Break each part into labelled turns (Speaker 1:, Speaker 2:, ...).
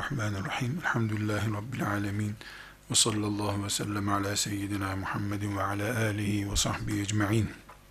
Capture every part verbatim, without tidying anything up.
Speaker 1: Bismillahirrahmanirrahim. Elhamdülillahi Rabbil alemin. Ve sallallahu ve sellem ala seyyidina Muhammedin ve ala alihi ve sahbihi ecma'in.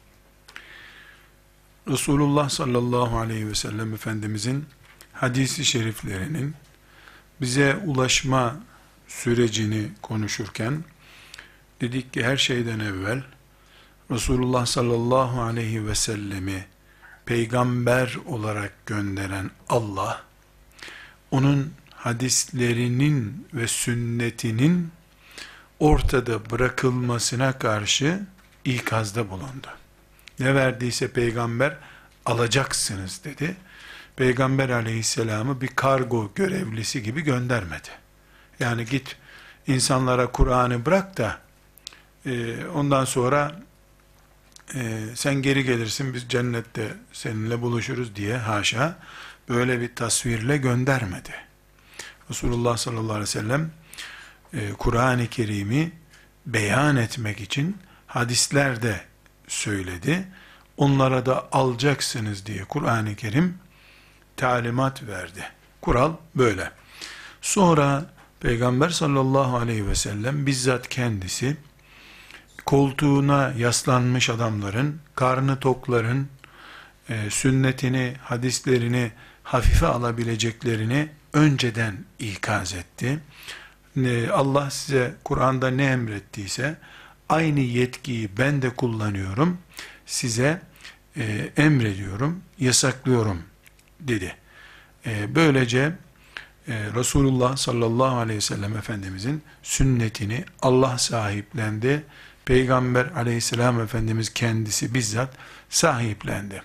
Speaker 1: Resulullah sallallahu aleyhi ve sellem Efendimizin hadisi şeriflerinin bize ulaşma sürecini konuşurken dedik ki her şeyden evvel Resulullah sallallahu aleyhi ve sellemi peygamber olarak gönderen Allah, onun hadislerinin ve sünnetinin ortada bırakılmasına karşı ikazda bulundu. Ne verdiyse peygamber alacaksınız dedi. Peygamber aleyhisselamı bir kargo görevlisi gibi göndermedi. Yani git insanlara Kur'an'ı bırak da e, ondan sonra e, sen geri gelirsin, biz cennette seninle buluşuruz diye haşa böyle bir tasvirle göndermedi. Resulullah sallallahu aleyhi ve sellem e, Kur'an-ı Kerim'i beyan etmek için hadislerde söyledi. Onlara da alacaksınız diye Kur'an-ı Kerim talimat verdi. Kural böyle. Sonra Peygamber sallallahu aleyhi ve sellem bizzat kendisi koltuğuna yaslanmış adamların, karnı tokların e, sünnetini, hadislerini hafife alabileceklerini önceden ikaz etti. E, Allah size Kur'an'da ne emrettiyse aynı yetkiyi ben de kullanıyorum. Size e, emrediyorum, yasaklıyorum dedi. E, böylece e, Resulullah sallallahu aleyhi ve sellem Efendimizin sünnetini Allah sahiplendi. Peygamber aleyhisselam Efendimiz kendisi bizzat sahiplendi.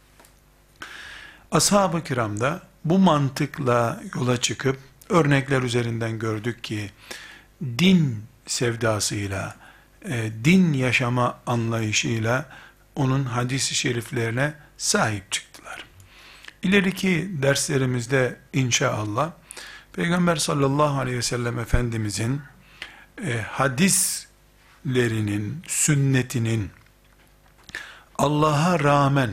Speaker 1: Ashab-ı kiramda bu mantıkla yola çıkıp örnekler üzerinden gördük ki din sevdasıyla, e, din yaşama anlayışıyla onun hadis-i şeriflerine sahip çıktılar. İleriki derslerimizde inşallah Peygamber sallallahu aleyhi ve sellem Efendimizin e, hadislerinin, sünnetinin Allah'a rağmen,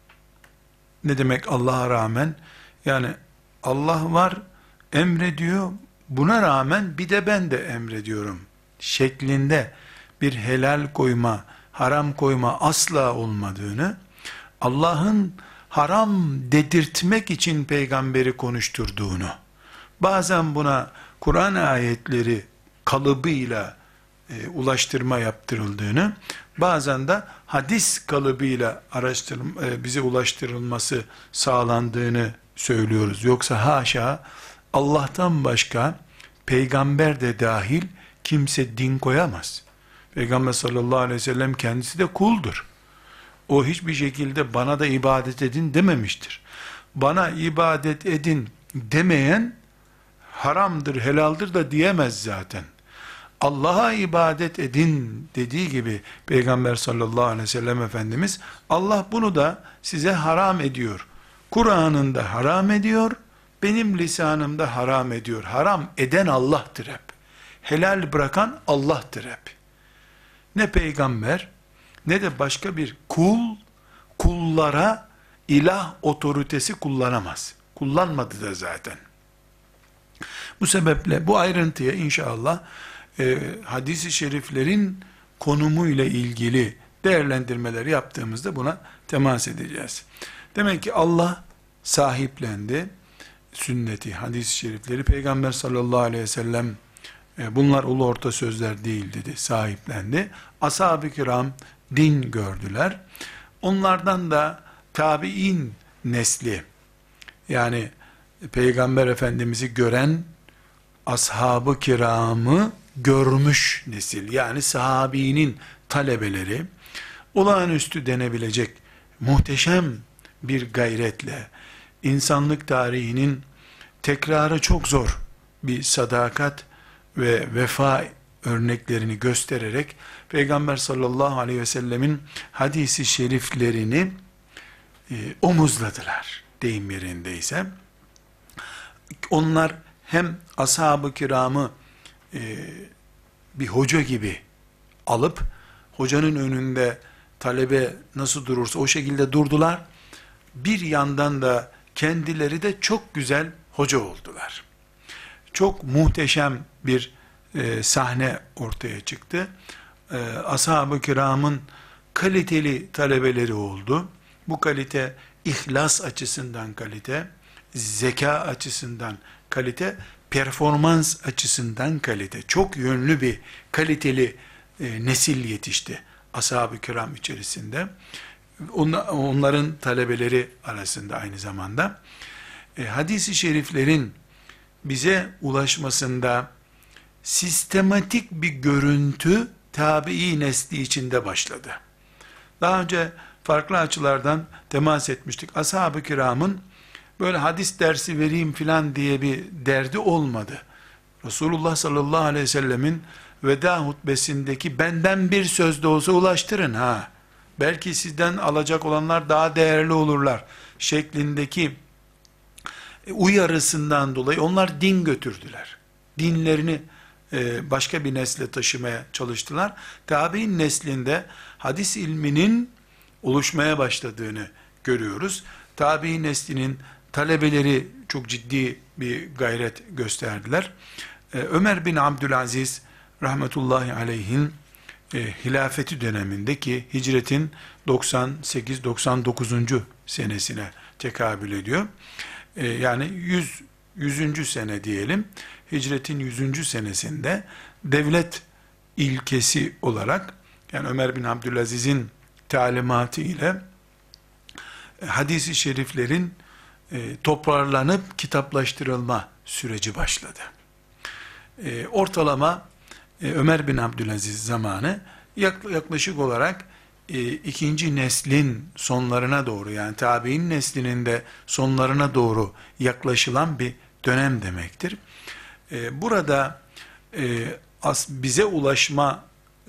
Speaker 1: ne demek Allah'a rağmen? Yani Allah var, emrediyor, buna rağmen bir de ben de emrediyorum şeklinde bir helal koyma, haram koyma asla olmadığını, Allah'ın haram dedirtmek için peygamberi konuşturduğunu, bazen buna Kur'an ayetleri kalıbıyla e, ulaştırma yaptırıldığını, bazen de hadis kalıbıyla araştırma, e, bize ulaştırılması sağlandığını söylüyoruz. Yoksa haşa Allah'tan başka peygamber de dahil kimse din koyamaz. Peygamber sallallahu aleyhi ve sellem kendisi de kuldur. O hiçbir şekilde bana da ibadet edin dememiştir. Bana ibadet edin demeyen haramdır, helaldir da diyemez zaten. Allah'a ibadet edin dediği gibi Peygamber sallallahu aleyhi ve sellem Efendimiz, Allah bunu da size haram ediyor. Kur'an'ında haram ediyor, benim lisanımda haram ediyor. Haram eden Allah'tır hep. Helal bırakan Allah'tır hep. Ne peygamber ne de başka bir kul kullara ilah otoritesi kullanamaz. Kullanmadı da zaten. Bu sebeple bu ayrıntıya inşallah e, hadis-i şeriflerin konumu ile ilgili değerlendirmeler yaptığımızda buna temas edeceğiz. Demek ki Allah sahiplendi sünneti, hadis-i şerifleri. Peygamber sallallahu aleyhi ve sellem e, bunlar ulu orta sözler değil dedi, sahiplendi. Ashab-ı kiram din gördüler. Onlardan da tabi'in nesli, yani Peygamber Efendimiz'i gören ashab-ı kiramı görmüş nesil, yani sahabinin talebeleri, olağanüstü denebilecek muhteşem bir gayretle insanlık tarihinin tekrarı çok zor bir sadakat ve vefa örneklerini göstererek Peygamber sallallahu aleyhi ve sellemin hadisi şeriflerini e, omuzladılar deyim yerindeyse. Onlar hem ashab-ı kiramı e, bir hoca gibi alıp hocanın önünde talebe nasıl durursa o şekilde durdular. Bir yandan da kendileri de çok güzel hoca oldular. çok muhteşem bir e, sahne ortaya çıktı. E, Ashab-ı kiramın kaliteli talebeleri oldu. Bu kalite ihlas açısından kalite, zeka açısından kalite, performans açısından kalite. Çok yönlü bir kaliteli e, nesil yetişti ashab-ı kiram içerisinde. Onların talebeleri arasında aynı zamanda. E, hadis-i şeriflerin bize ulaşmasında sistematik bir görüntü tabi'i nesli içinde başladı. Daha önce farklı açılardan temas etmiştik. Ashab-ı kiramın böyle hadis dersi vereyim filan diye bir derdi olmadı. Resulullah sallallahu aleyhi ve sellemin veda hutbesindeki benden bir söz de olsa ulaştırın ha. Belki sizden alacak olanlar daha değerli olurlar şeklindeki uyarısından dolayı onlar din götürdüler. Dinlerini başka bir nesle taşımaya çalıştılar. Tabi'in neslinde hadis ilminin oluşmaya başladığını görüyoruz. Tabi'in neslinin talebeleri çok ciddi bir gayret gösterdiler. Ömer bin Abdülaziz rahmetullahi aleyhin e, hilafeti dönemindeki hicretin doksan sekiz doksan dokuzuncu senesine tekabül ediyor. E, yani yüz yüzüncü sene diyelim. Hicretin yüzüncü senesinde devlet ilkesi olarak, yani Ömer bin Abdülaziz'in talimatı ile e, hadis-i şeriflerin e, toparlanıp kitaplaştırılma süreci başladı. E, ortalama e, Ömer bin Abdülaziz zamanı yaklaşık olarak e, ikinci neslin sonlarına doğru, yani tabi'in neslinin de sonlarına doğru yaklaşılan bir dönem demektir. E, burada e, as, bize ulaşma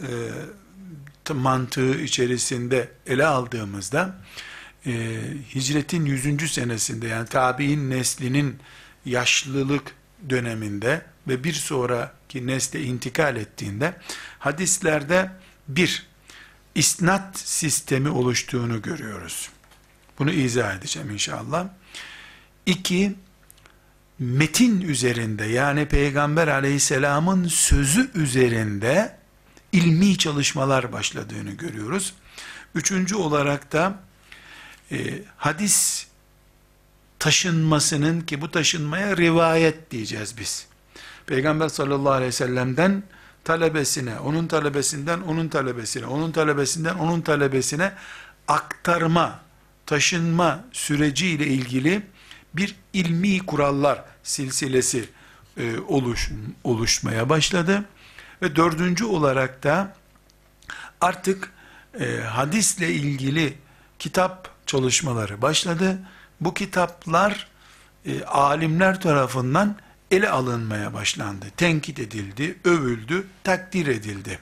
Speaker 1: e, mantığı içerisinde ele aldığımızda e, hicretin yüzüncü senesinde, yani tabi'in neslinin yaşlılık döneminde ve bir sonraki nesle intikal ettiğinde hadislerde bir isnat sistemi oluştuğunu görüyoruz. Bunu izah edeceğim inşallah. İki, metin üzerinde, yani Peygamber aleyhisselamın sözü üzerinde ilmi çalışmalar başladığını görüyoruz. Üçüncü olarak da e, hadis taşınmasının, ki bu taşınmaya rivayet diyeceğiz biz. Peygamber sallallahu aleyhi ve sellem'den talebesine, onun talebesinden onun talebesine, onun talebesinden onun talebesine aktarma, taşınma süreci ile ilgili bir ilmi kurallar silsilesi e, oluş, oluşmaya başladı. Ve dördüncü olarak da artık e, hadisle ilgili kitap çalışmaları başladı. Bu kitaplar e, alimler tarafından ele alınmaya başlandı. Tenkit edildi, övüldü, takdir edildi.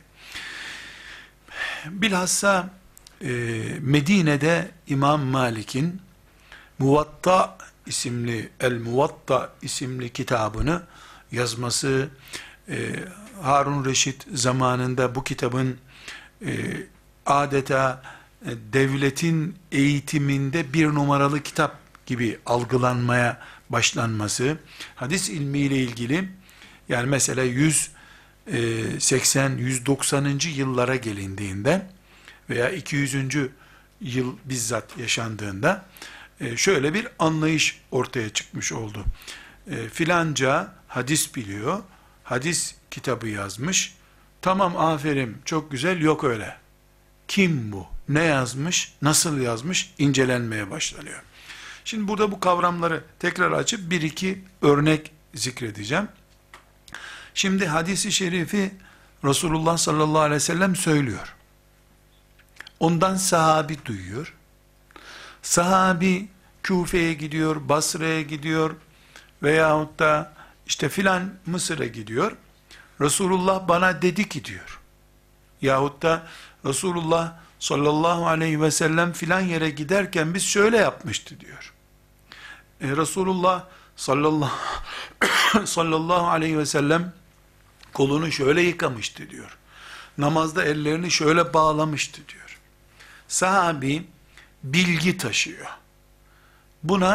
Speaker 1: Bilhassa e, Medine'de İmam Malik'in Muvatta isimli, El Muvatta isimli kitabını yazması, e, Harun Reşit zamanında bu kitabın e, adeta e, devletin eğitiminde bir numaralı kitap gibi algılanmaya başlanması, hadis ilmiyle ilgili, yani mesela yüz seksen yüz doksanıncı yıllara gelindiğinde veya iki yüzüncü yıl bizzat yaşandığında şöyle bir anlayış ortaya çıkmış oldu. Filanca hadis biliyor, hadis kitabı yazmış, tamam aferin çok güzel, yok öyle. Kim bu? Ne yazmış? Nasıl yazmış? İncelenmeye başlanıyor. Şimdi burada bu kavramları tekrar açıp bir iki örnek zikredeceğim. Şimdi hadisi şerifi Resulullah sallallahu aleyhi ve sellem söylüyor. Ondan sahabi duyuyor. Sahabi Küfe'ye gidiyor, Basra'ya gidiyor veyahut da işte filan Mısır'a gidiyor. Resulullah bana dedi ki diyor. Yahut da Resulullah sallallahu aleyhi ve sellem filan yere giderken biz şöyle yapmıştı diyor. E, Resulullah sallallahu, sallallahu aleyhi ve sellem kolunu şöyle yıkamıştı diyor. Namazda ellerini şöyle bağlamıştı diyor. Sahabi bilgi taşıyor. Buna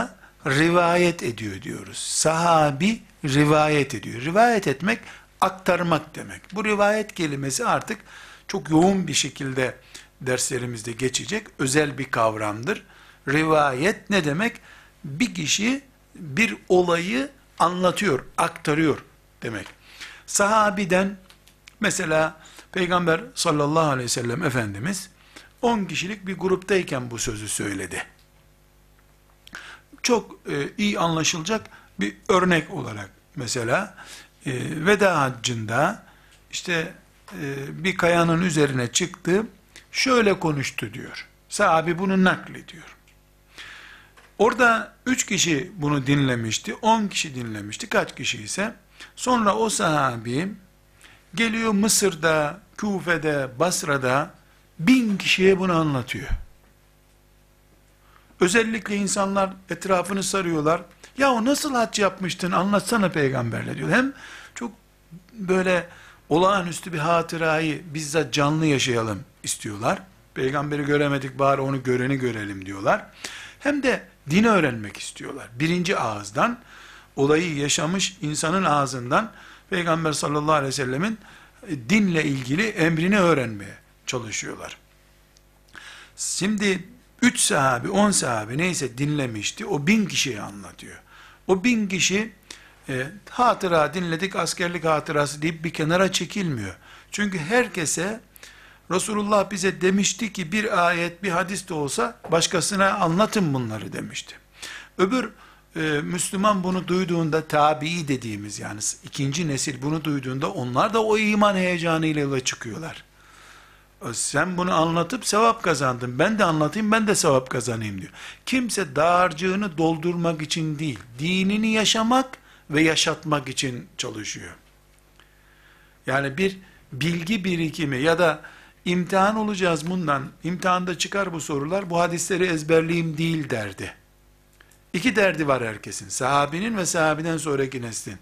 Speaker 1: rivayet ediyor diyoruz. Sahabi rivayet ediyor. Rivayet etmek, aktarmak demek. Bu rivayet kelimesi artık çok yoğun bir şekilde derslerimizde geçecek özel bir kavramdır. Rivayet ne demek? Bir kişi bir olayı anlatıyor, aktarıyor demek. Sahabiden mesela Peygamber sallallahu aleyhi ve sellem Efendimiz on kişilik bir gruptayken bu sözü söyledi. Çok e, iyi anlaşılacak bir örnek olarak mesela e, veda haccında işte e, bir kayanın üzerine çıktı, şöyle konuştu diyor. Sahabi bunu naklediyor. Orada üç kişi bunu dinlemişti, on kişi dinlemişti, kaç kişi ise. Sonra o sahabi geliyor Mısır'da, Küfe'de, Basra'da bin kişiye bunu anlatıyor. Özellikle insanlar etrafını sarıyorlar. Ya o nasıl hac yapmıştın, anlatsana peygamberle diyor. Hem çok böyle olağanüstü bir hatırayı bizzat canlı yaşayalım istiyorlar. Peygamberi göremedik, bari onu göreni görelim diyorlar. Hem de dini öğrenmek istiyorlar. Birinci ağızdan, olayı yaşamış insanın ağzından Peygamber sallallahu aleyhi ve sellemin dinle ilgili emrini öğrenmeye çalışıyorlar. Şimdi üç sahabi, on sahabi neyse dinlemişti, o bin kişiye anlatıyor. O bin kişi e, hatıra dinledik, askerlik hatırası deyip bir kenara çekilmiyor. Çünkü herkese Resulullah bize demişti ki bir ayet, bir hadis de olsa başkasına anlatın bunları demişti. Öbür e, Müslüman bunu duyduğunda, tabii dediğimiz yani ikinci nesil bunu duyduğunda onlar da o iman heyecanıyla yola çıkıyorlar. Sen bunu anlatıp sevap kazandın, ben de anlatayım, ben de sevap kazanayım diyor. Kimse dağarcığını doldurmak için değil, dinini yaşamak ve yaşatmak için çalışıyor. Yani bir bilgi birikimi ya da imtihan olacağız bundan, imtihanda çıkar bu sorular, bu hadisleri ezberleyeyim değil derdi. İki derdi var herkesin, sahabinin ve sahabiden sonraki neslin.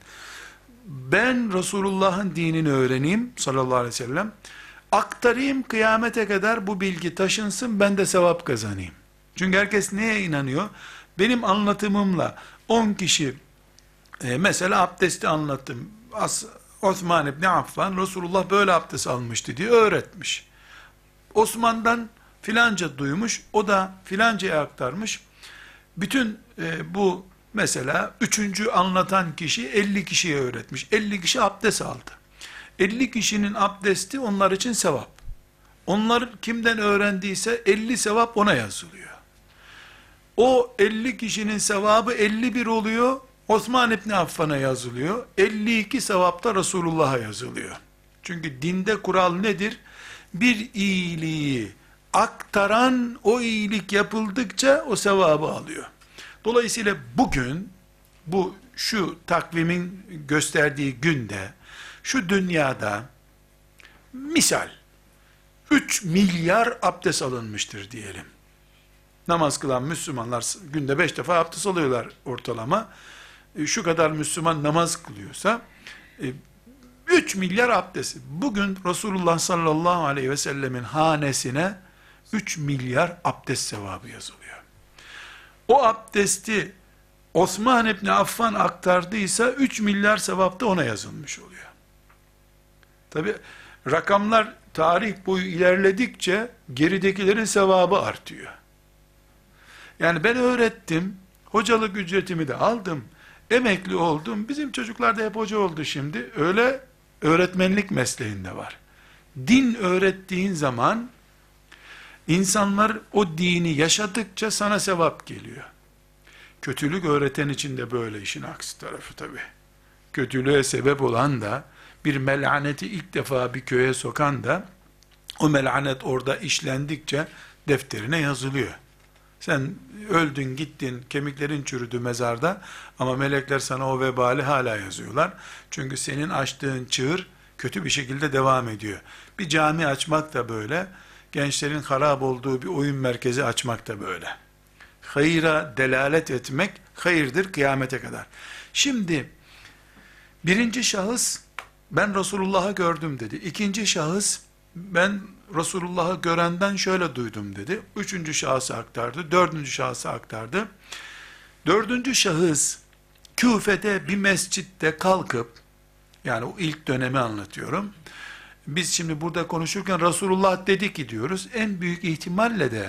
Speaker 1: Ben Resulullah'ın dinini öğreneyim sallallahu aleyhi ve sellem, aktarayım, kıyamete kadar bu bilgi taşınsın, ben de sevap kazanayım. Çünkü herkes neye inanıyor? Benim anlatımımla on kişi e, mesela abdesti anlattım. As, Osman İbni Affan Resulullah böyle abdest almıştı diye öğretmiş. Osman'dan filanca duymuş, o da filancaya aktarmış. Bütün e, bu mesela üçüncü anlatan kişi elli kişiye öğretmiş. elli kişi abdest aldı. elli kişinin abdesti onlar için sevap. Onlar kimden öğrendiyse elli sevap ona yazılıyor. O elli kişinin sevabı elli bir oluyor. Osman İbni Affan'a yazılıyor. elli iki sevap da Resulullah'a yazılıyor. Çünkü dinde kural nedir? Bir iyiliği aktaran o iyilik yapıldıkça o sevabı alıyor. Dolayısıyla bugün bu şu takvimin gösterdiği günde şu dünyada misal üç milyar abdest alınmıştır diyelim. Namaz kılan Müslümanlar günde beş defa abdest alıyorlar ortalama. Şu kadar Müslüman namaz kılıyorsa üç milyar abdest. Bugün Resulullah sallallahu aleyhi ve sellemin hanesine üç milyar abdest sevabı yazılıyor. O abdesti Osman İbni Affan aktardıysa üç milyar sevap da ona yazılmış oluyor. Tabi rakamlar tarih boyu ilerledikçe geridekilerin sevabı artıyor. Yani ben öğrettim, hocalık ücretimi de aldım, emekli oldum, bizim çocuklar da hep hoca oldu şimdi, öyle öğretmenlik mesleğinde var. Din öğrettiğin zaman, insanlar o dini yaşadıkça sana sevap geliyor. Kötülük öğreten için de böyle, işin aksi tarafı tabi. Kötülüğe sebep olan da, bir melaneti ilk defa bir köye sokan da, o melanet orada işlendikçe defterine yazılıyor. Sen öldün gittin, kemiklerin çürüdü mezarda, ama melekler sana o vebali hala yazıyorlar. Çünkü senin açtığın çığır kötü bir şekilde devam ediyor. Bir cami açmak da böyle, gençlerin harap olduğu bir oyun merkezi açmak da böyle. Hayıra delalet etmek hayırdır kıyamete kadar. Şimdi birinci şahıs ben Resulullah'ı gördüm dedi. İkinci şahıs ben Resulullah'ı görenden şöyle duydum dedi. Üçüncü şahısı aktardı. Dördüncü şahısı aktardı. Dördüncü şahıs Küfe'de bir mescitte kalkıp, yani o ilk dönemi anlatıyorum. Biz şimdi burada konuşurken Resulullah dedi ki diyoruz. En büyük ihtimalle de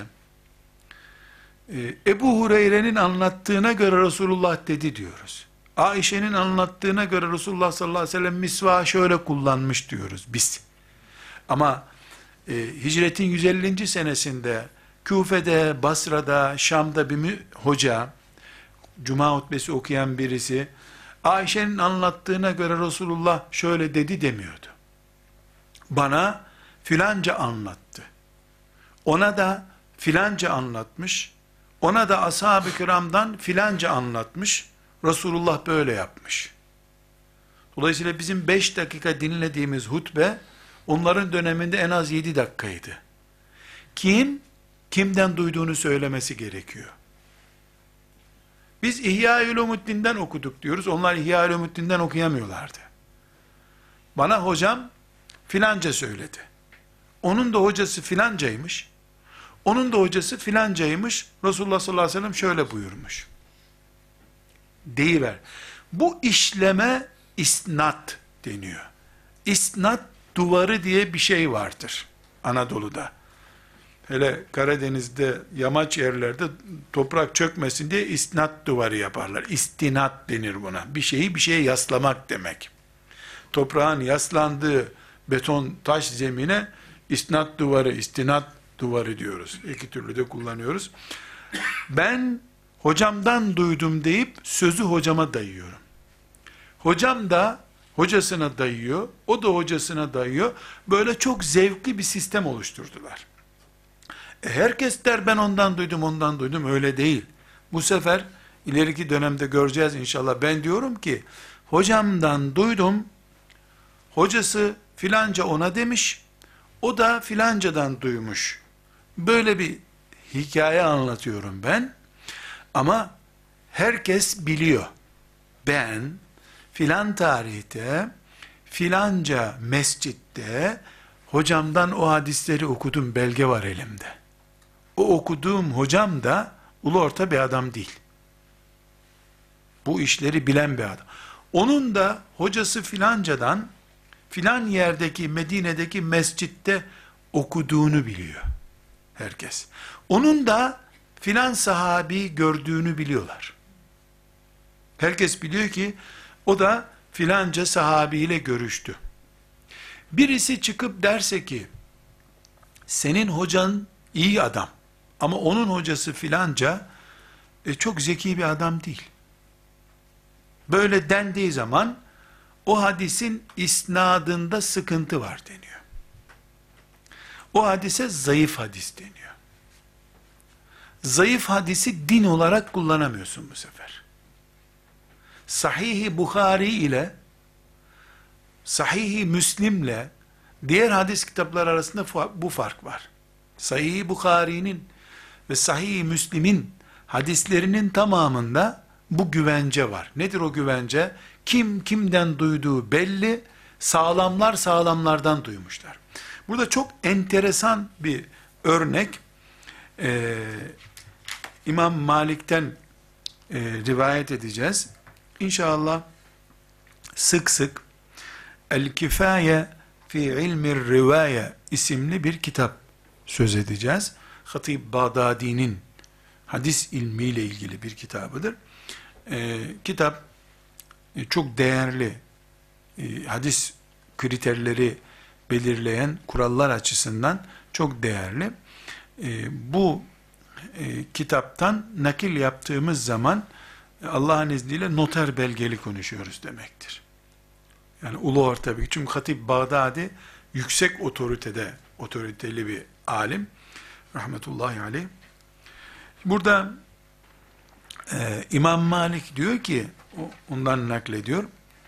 Speaker 1: e, Ebu Hureyre'nin anlattığına göre Resulullah dedi diyoruz. Ayşe'nin anlattığına göre Resulullah sallallahu aleyhi ve sellem misvağı şöyle kullanmış diyoruz biz. Ama e, hicretin yüz ellinci senesinde Küfe'de, Basra'da, Şam'da bir mü- hoca, Cuma hutbesi okuyan birisi, Ayşe'nin anlattığına göre Resulullah şöyle dedi demiyordu. Bana filanca anlattı. Ona da filanca anlatmış. Ona da ashab-ı kiramdan filanca anlatmış. Resulullah böyle yapmış. Dolayısıyla bizim beş dakika dinlediğimiz hutbe, onların döneminde en az yedi dakikaydı. Kim, kimden duyduğunu söylemesi gerekiyor. Biz İhya-ül Umuddin'den okuduk diyoruz. Onlar İhya-ül Umuddin'den okuyamıyorlardı. Bana hocam filanca söyledi. Onun da hocası filancaymış. Onun da hocası filancaymış. Resulullah sallallahu aleyhi ve sellem şöyle buyurmuş. Deyiver. Bu işleme isnat deniyor. İsnat duvarı diye bir şey vardır Anadolu'da. Hele Karadeniz'de yamaç yerlerde toprak çökmesin diye isnat duvarı yaparlar. İstinat denir buna. Bir şeyi bir şeye yaslamak demek. Toprağın yaslandığı beton taş zemine isnat duvarı, istinat duvarı diyoruz. İki türlü de kullanıyoruz. Ben hocamdan duydum deyip sözü hocama dayıyorum. Hocam da hocasına dayıyor, o da hocasına dayıyor. Böyle çok zevkli bir sistem oluşturdular. E herkes der ben ondan duydum, ondan duydum. Öyle değil. Bu sefer ileriki dönemde göreceğiz inşallah. Ben diyorum ki hocamdan duydum, hocası filanca ona demiş, o da filancadan duymuş. Böyle bir hikaye anlatıyorum ben. Ama herkes biliyor. Ben filan tarihte, filanca mescitte hocamdan o hadisleri okudum, belge var elimde. O okuduğum hocam da ulu orta bir adam değil. Bu işleri bilen bir adam. Onun da hocası filancadan, filan yerdeki Medine'deki mescitte okuduğunu biliyor herkes. Onun da filan sahabi gördüğünü biliyorlar. Herkes biliyor ki o da filanca sahabiyle görüştü. Birisi çıkıp derse ki senin hocan iyi adam ama onun hocası filanca e, çok zeki bir adam değil. Böyle dendiği zaman o hadisin isnadında sıkıntı var deniyor. O hadise zayıf hadis deniyor. Zayıf hadisi din olarak kullanamıyorsun bu sefer. Sahih-i Bukhari ile Sahih-i Müslim'le diğer hadis kitapları arasında bu fark var. Sahih-i Bukhari'nin ve Sahih-i Müslim'in hadislerinin tamamında bu güvence var. Nedir o güvence? Kim kimden duyduğu belli, sağlamlar sağlamlardan duymuşlar. Burada çok enteresan bir örnek, ee, İmam Malik'ten e, rivayet edeceğiz. İnşallah sık sık El-Kifaye fi ilmi rivaye isimli bir kitap söz edeceğiz. Hatib Bağdadi'nin hadis ilmiyle ilgili bir kitabıdır. Ee, kitap e, çok değerli, e, hadis kriterleri belirleyen kurallar açısından çok değerli. E, bu e, kitaptan nakil yaptığımız zaman e, Allah'ın izniyle noter belgeli konuşuyoruz demektir. Yani ulu orta bir, çünkü Hatib Bağdadi yüksek otoritede, otoriteli bir alim. Rahmetullahi aleyh. Burada e, İmam Malik diyor ki, ondan naklediyor,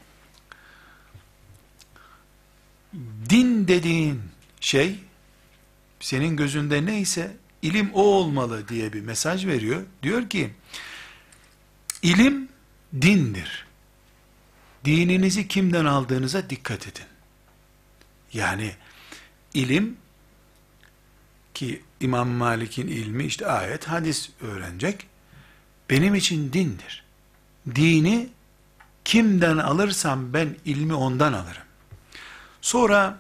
Speaker 1: din dediğin şey, senin gözünde neyse, ilim o olmalı diye bir mesaj veriyor. Diyor ki, ilim dindir. Dininizi kimden aldığınıza dikkat edin. Yani, ilim, ki İmam Malik'in ilmi işte ayet, hadis öğrenecek. benim için dindir. Dini kimden alırsam ben ilmi ondan alırım. Sonra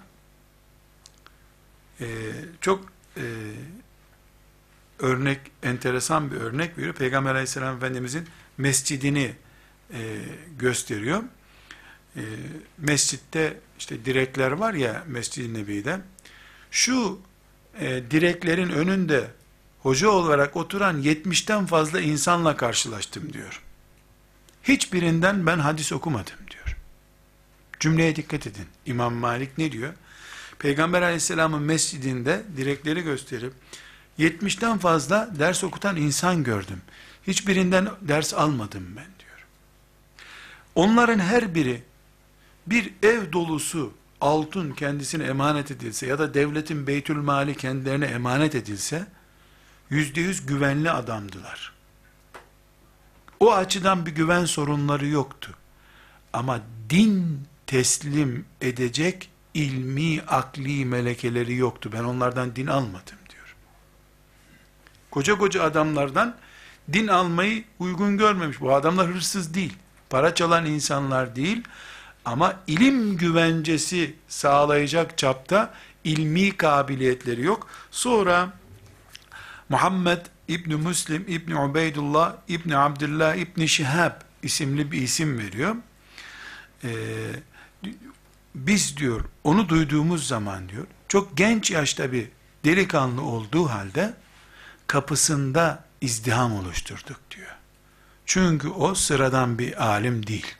Speaker 1: e, çok e, örnek, enteresan bir örnek veriyor. Peygamber aleyhisselam Efendimizin mescidini e, gösteriyor. E, mescitte işte direkler var ya Mescid-i Nebi'de. Şu e, direklerin önünde hoca olarak oturan yetmişten fazla insanla karşılaştım diyor. Hiçbirinden ben hadis okumadım diyor. Cümleye dikkat edin. İmam Malik ne diyor? Peygamber aleyhisselamın mescidinde direkleri gösterip yetmişten fazla ders okutan insan gördüm. Hiçbirinden ders almadım ben diyor. Onların her biri bir ev dolusu altın kendisine emanet edilse ya da devletin beytül mali kendilerine emanet edilse yüzde yüz güvenli adamdılar. O açıdan bir güven sorunları yoktu. Ama din teslim edecek ilmi, akli melekeleri yoktu. Ben onlardan din almadım diyor. Koca koca adamlardan din almayı uygun görmemiş. Bu adamlar hırsız değil. Para çalan insanlar değil. Ama ilim güvencesi sağlayacak çapta ilmi kabiliyetleri yok. Sonra Muhammed İbni Müslim, İbni Ubeydullah, İbni Abdullah, İbni Şihab isimli bir isim veriyor. Ee, biz diyor, onu duyduğumuz zaman diyor, çok genç yaşta bir delikanlı olduğu halde, kapısında izdiham oluşturduk diyor. Çünkü o sıradan bir alim değildi.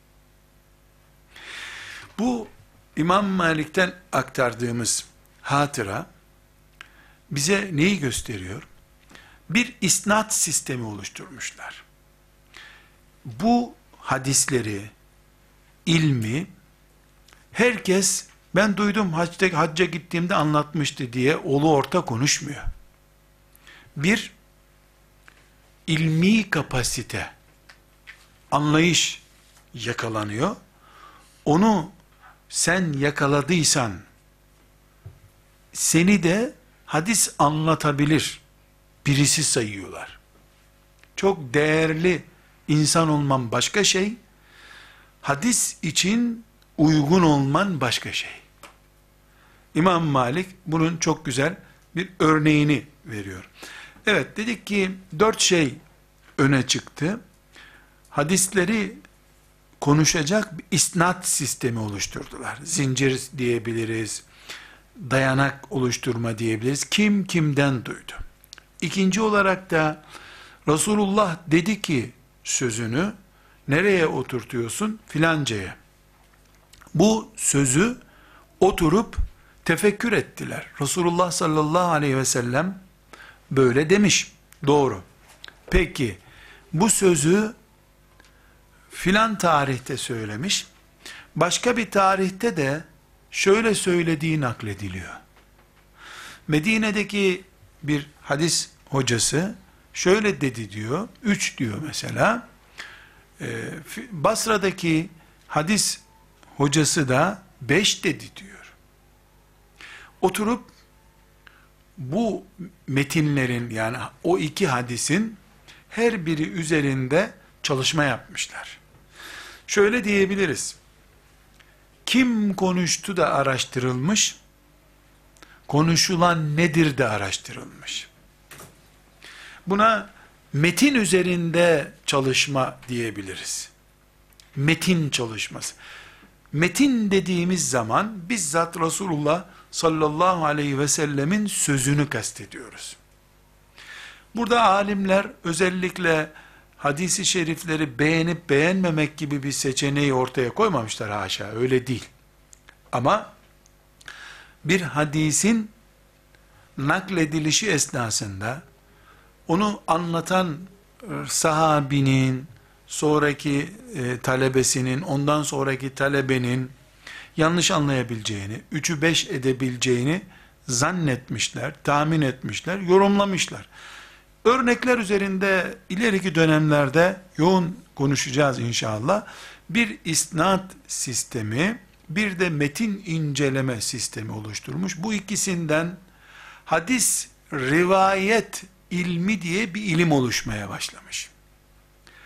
Speaker 1: Bu İmam Malik'ten aktardığımız hatıra, bize neyi gösteriyor? Bir isnat sistemi oluşturmuşlar. Bu hadisleri, ilmi, herkes, ben duydum hacca, hacca gittiğimde anlatmıştı diye olu orta konuşmuyor. Bir, ilmi kapasite, anlayış yakalanıyor. Onu sen yakaladıysan, seni de hadis anlatabilir birisi sayıyorlar. Çok değerli insan olman başka şey, hadis için uygun olman başka şey. İmam Malik bunun çok güzel bir örneğini veriyor. Evet, dedik ki dört şey öne çıktı. Hadisleri konuşacak bir isnat sistemi oluşturdular. Zincir diyebiliriz, dayanak oluşturma diyebiliriz. Kim kimden duydu? İkinci olarak da Resulullah dedi ki sözünü nereye oturtuyorsun? Filancaya. Bu sözü oturup tefekkür ettiler. Resulullah sallallahu aleyhi ve sellem böyle demiş. Doğru. Peki bu sözü filan tarihte söylemiş. Başka bir tarihte de şöyle söylediği naklediliyor. Medine'deki bir hadis hocası şöyle dedi diyor. Üç diyor mesela. Basra'daki hadis hocası da beş dedi diyor. Oturup bu metinlerin, yani o iki hadisin her biri üzerinde çalışma yapmışlar. Şöyle diyebiliriz. Kim konuştu da araştırılmış, konuşulan nedir de araştırılmış. Buna metin üzerinde çalışma diyebiliriz. Metin çalışması. Metin dediğimiz zaman bizzat Resulullah sallallahu aleyhi ve sellemin sözünü kastediyoruz. Burada alimler özellikle hadisi şerifleri beğenip beğenmemek gibi bir seçeneği ortaya koymamışlar, haşa, öyle değil. Ama bir hadisin nakledilişi esnasında onu anlatan sahabinin, sonraki e, talebesinin, ondan sonraki talebenin yanlış anlayabileceğini, üçü beş edebileceğini zannetmişler, tahmin etmişler, yorumlamışlar. Örnekler üzerinde ileriki dönemlerde yoğun konuşacağız inşallah. Bir isnat sistemi, bir de metin inceleme sistemi oluşturmuş. Bu ikisinden hadis, rivayet ilmi diye bir ilim oluşmaya başlamış.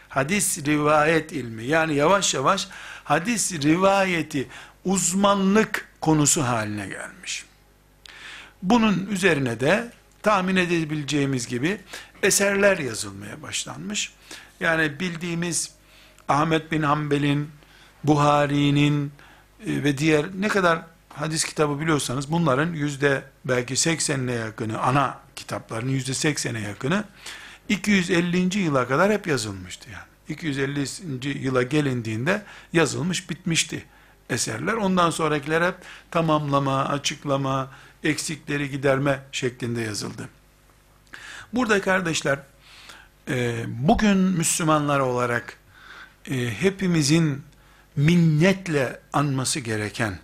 Speaker 1: hadis rivayet ilmi, yani yavaş yavaş hadis rivayeti uzmanlık konusu haline gelmiş. Bunun üzerine de tahmin edebileceğimiz gibi eserler yazılmaya başlanmış. Yani bildiğimiz Ahmet bin Hanbel'in, Buhari'nin e, ve diğer ne kadar hadis kitabı biliyorsanız bunların yüzde belki seksenine yakını, ana kitapların yüzde seksene yakını iki yüz ellinci yıla kadar hep yazılmıştı yani. iki yüz ellinci yıla gelindiğinde yazılmış bitmişti eserler. Ondan sonrakiler hep tamamlama, açıklama, eksikleri giderme şeklinde yazıldı. Burada kardeşler, e, bugün Müslümanlar olarak e, hepimizin minnetle anması gereken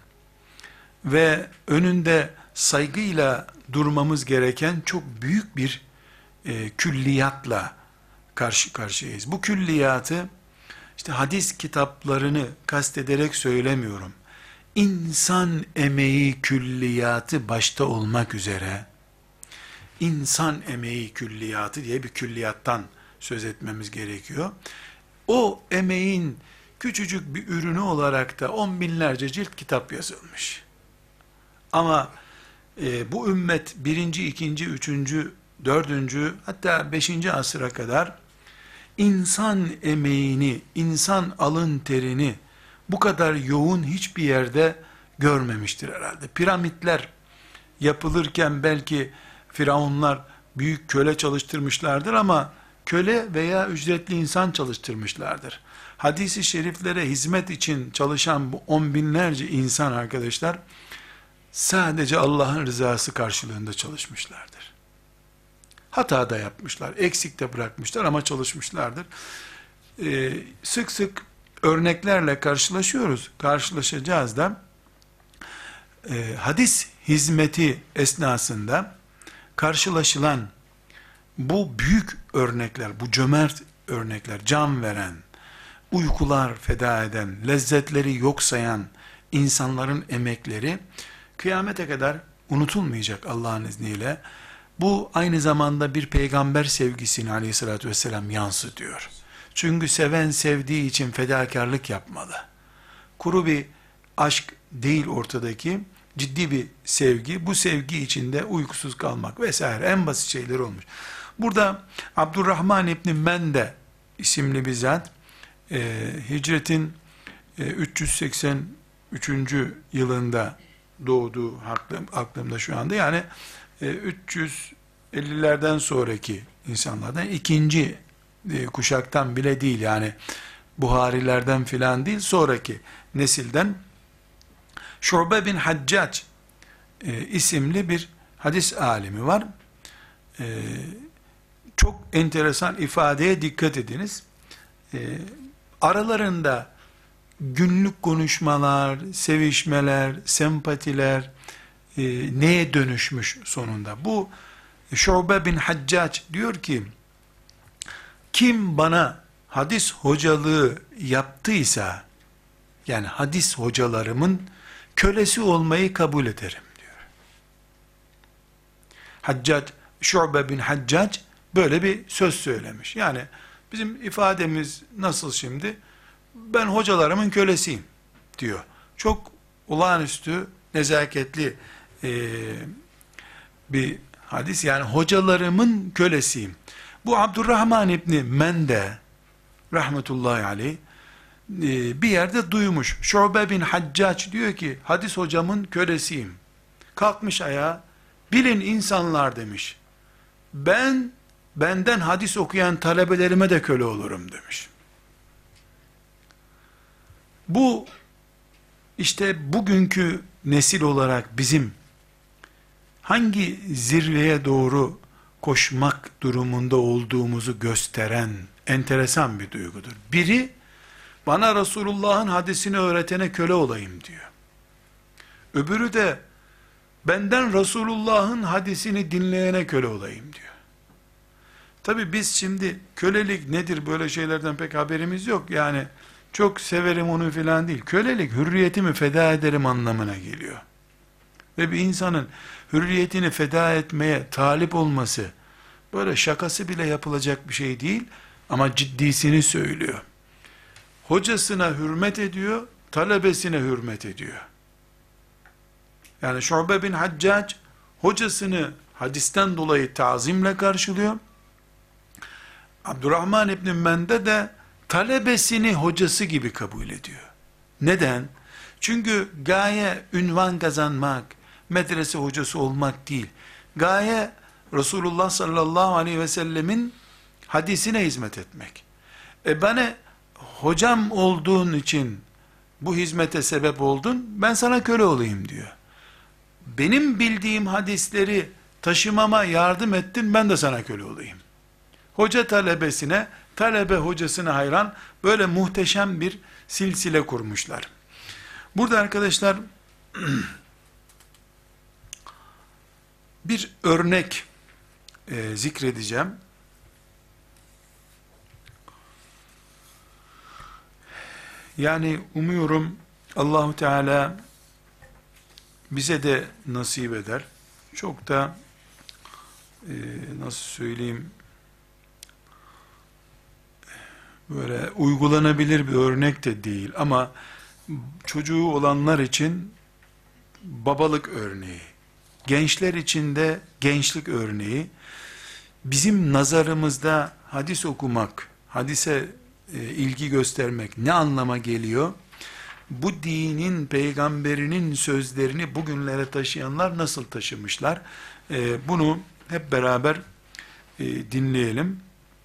Speaker 1: ve önünde saygıyla durmamız gereken çok büyük bir e, külliyatla karşı karşıyayız. Bu külliyatı işte hadis kitaplarını kastederek söylemiyorum. İnsan emeği külliyatı başta olmak üzere insan emeği külliyatı diye bir külliyattan söz etmemiz gerekiyor. O emeğin küçücük bir ürünü olarak da on binlerce cilt kitap yazılmış. Ama e, bu ümmet birinci, ikinci, üçüncü, dördüncü hatta beşinci asıra kadar insan emeğini, insan alın terini bu kadar yoğun hiçbir yerde görmemiştir herhalde. Piramitler yapılırken belki firavunlar büyük köle çalıştırmışlardır ama köle veya ücretli insan çalıştırmışlardır. Hadis-i şeriflere hizmet için çalışan bu on binlerce insan arkadaşlar, sadece Allah'ın rızası karşılığında çalışmışlardır. Hata da yapmışlar, eksik de bırakmışlar ama çalışmışlardır. Ee, sık sık örneklerle karşılaşıyoruz, karşılaşacağız da. Ee, hadis hizmeti esnasında karşılaşılan bu büyük örnekler, bu cömert örnekler, can veren, uykular feda eden, lezzetleri yok sayan insanların emekleri kıyamete kadar unutulmayacak Allah'ın izniyle. Bu aynı zamanda bir peygamber sevgisini aleyhissalatü vesselam yansıtıyor. Çünkü seven sevdiği için fedakarlık yapmalı. Kuru bir aşk değil ortadaki, ciddi bir sevgi. Bu sevgi içinde uykusuz kalmak vesaire en basit şeyler olmuş. Burada Abdurrahman İbni Mende isimli bir zat, e, hicretin e, üç yüz seksen üçüncü yılında doğduğu aklım, aklımda şu anda. Yani e, üç yüz ellilerden sonraki insanlardan, ikinci e, kuşaktan bile değil, yani Buharilerden filan değil, sonraki nesilden Şube bin Haccac e, isimli bir hadis alimi var. E, çok enteresan ifadeye dikkat ediniz. E, aralarında günlük konuşmalar, sevişmeler, sempatiler e, neye dönüşmüş sonunda? Bu Şube bin Haccac diyor ki, kim bana hadis hocalığı yaptıysa, yani hadis hocalarımın kölesi olmayı kabul ederim diyor. Haccac, Şube bin Haccac böyle bir söz söylemiş. Yani bizim ifademiz nasıl şimdi? Ben hocalarımın kölesiyim diyor. Çok olağanüstü, nezaketli e, bir hadis. Yani hocalarımın kölesiyim. Bu Abdurrahman İbni Mende rahmetullahi aleyh bir yerde duymuş. Şube bin Haccac diyor ki, hadis hocamın kölesiyim. Kalkmış ayağa, bilin insanlar demiş, ben benden hadis okuyan talebelerime de köle olurum demiş. Bu işte bugünkü nesil olarak bizim hangi zirveye doğru koşmak durumunda olduğumuzu gösteren enteresan bir duygudur. Biri, bana Resulullah'ın hadisini öğretene köle olayım diyor. Öbürü de, benden Resulullah'ın hadisini dinleyene köle olayım diyor. Tabi biz şimdi kölelik nedir, böyle şeylerden pek haberimiz yok. Yani çok severim onu filan değil. Kölelik hürriyetimi feda ederim anlamına geliyor. Ve bir insanın hürriyetini feda etmeye talip olması böyle şakası bile yapılacak bir şey değil. Ama ciddisini söylüyor. Hocasına hürmet ediyor, talebesine hürmet ediyor. Yani Şu'be bin Haccac hocasını hadisten dolayı tazimle karşılıyor. Abdurrahman İbn Mende de talebesini hocası gibi kabul ediyor. Neden? Çünkü gaye ünvan kazanmak, medrese hocası olmak değil. Gaye Resulullah sallallahu aleyhi ve sellemin hadisine hizmet etmek. E bana hocam olduğun için bu hizmete sebep oldun, ben sana köle olayım diyor. Benim bildiğim hadisleri taşımama yardım ettin, ben de sana köle olayım. Hoca talebesine, talebe hocasına hayran, böyle muhteşem bir silsile kurmuşlar. Burada arkadaşlar bir örnek e, zikredeceğim. Yani umuyorum Allahu Teala bize de nasip eder. Çok da e, nasıl söyleyeyim, böyle uygulanabilir bir örnek de değil ama çocuğu olanlar için babalık örneği, gençler için de gençlik örneği. Bizim nazarımızda hadis okumak, hadise e, ilgi göstermek ne anlama geliyor? Bu dinin, peygamberinin sözlerini bugünlere taşıyanlar nasıl taşımışlar? E, bunu hep beraber e, dinleyelim.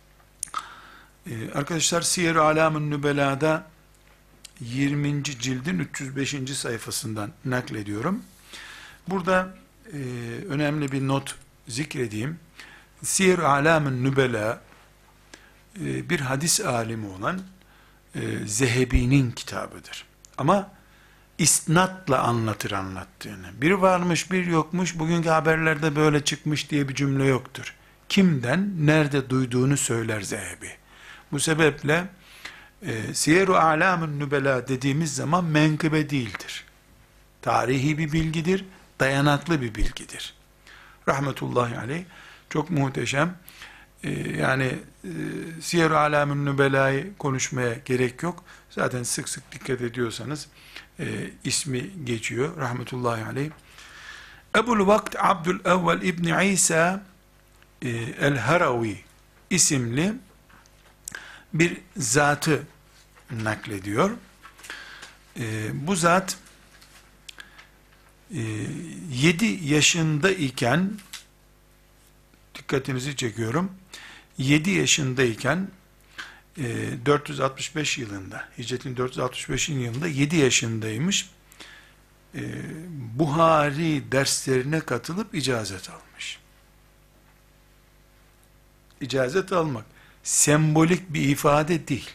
Speaker 1: E, arkadaşlar Siyer-i Alam-ı Nübela'da yirminci cildin üç yüz beşinci sayfasından naklediyorum. Burada e, önemli bir not zikredeyim. Siyer-i Alam-ı Nübela e, bir hadis alimi olan e, Zehebi'nin kitabıdır. Ama isnatla anlatır anlattığını. Bir varmış bir yokmuş, bugünkü haberlerde böyle çıkmış diye bir cümle yoktur. Kimden, nerede duyduğunu söyler Zehebi. Bu sebeple e, Siyer-i Alam-ı Nübela dediğimiz zaman menkıbe değildir. Tarihi bir bilgidir, dayanaklı bir bilgidir. Rahmetullahi aleyh. Çok muhteşem. Ee, yani e, Siyer-i Alam-ı Nübela'yı konuşmaya gerek yok. Zaten sık sık dikkat ediyorsanız e, ismi geçiyor. Rahmetullahi aleyh. Ebul Vakt Abdülevvel İbni İsa e, el-Haravi isimli bir zatı naklediyor. E, bu zat e, yedi yaşında iken, dikkatinizi çekiyorum, yedi yaşındayken e, dört yüz altmış beş yılında, Hicret'in dört yüz altmış beşinci yılında yedi yaşındaymış. E, Buhari derslerine katılıp icazet almış. İcazet almak sembolik bir ifade değil.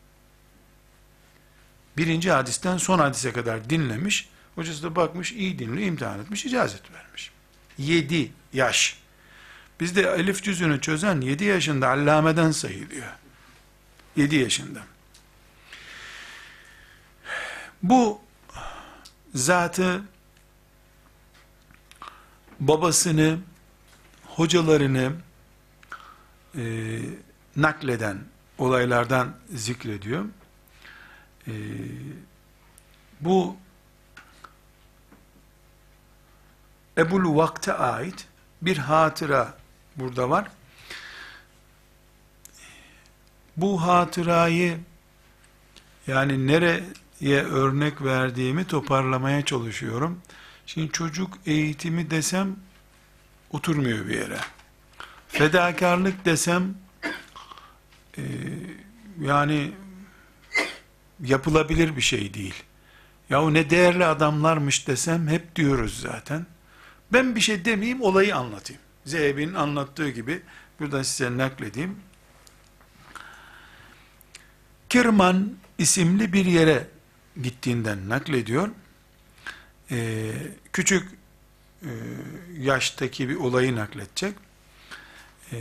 Speaker 1: Birinci hadisten son hadise kadar dinlemiş. Hocası da bakmış, iyi dinliyor, imtihan etmiş, icazet vermiş. Yedi yaş. Bizde elif cüzünü çözen yedi yaşında allameden sayılıyor. Yedi yaşında. Bu zatı, babasını, hocalarını e, nakleden olaylardan zikrediyor. E, bu Ebul Vakt'e ait bir hatıra burada var. Bu hatırayı, yani nereye örnek verdiğimi toparlamaya çalışıyorum. Şimdi çocuk eğitimi desem oturmuyor bir yere. Fedakarlık desem e, yani yapılabilir bir şey değil. Yahu ne değerli adamlarmış desem hep diyoruz zaten. Ben bir şey demeyeyim, olayı anlatayım. Zehebi'nin anlattığı gibi burada size nakledeyim. Kirman isimli bir yere gittiğinden naklediyor. Ee, küçük e, yaştaki bir olayı nakledecek. Ee,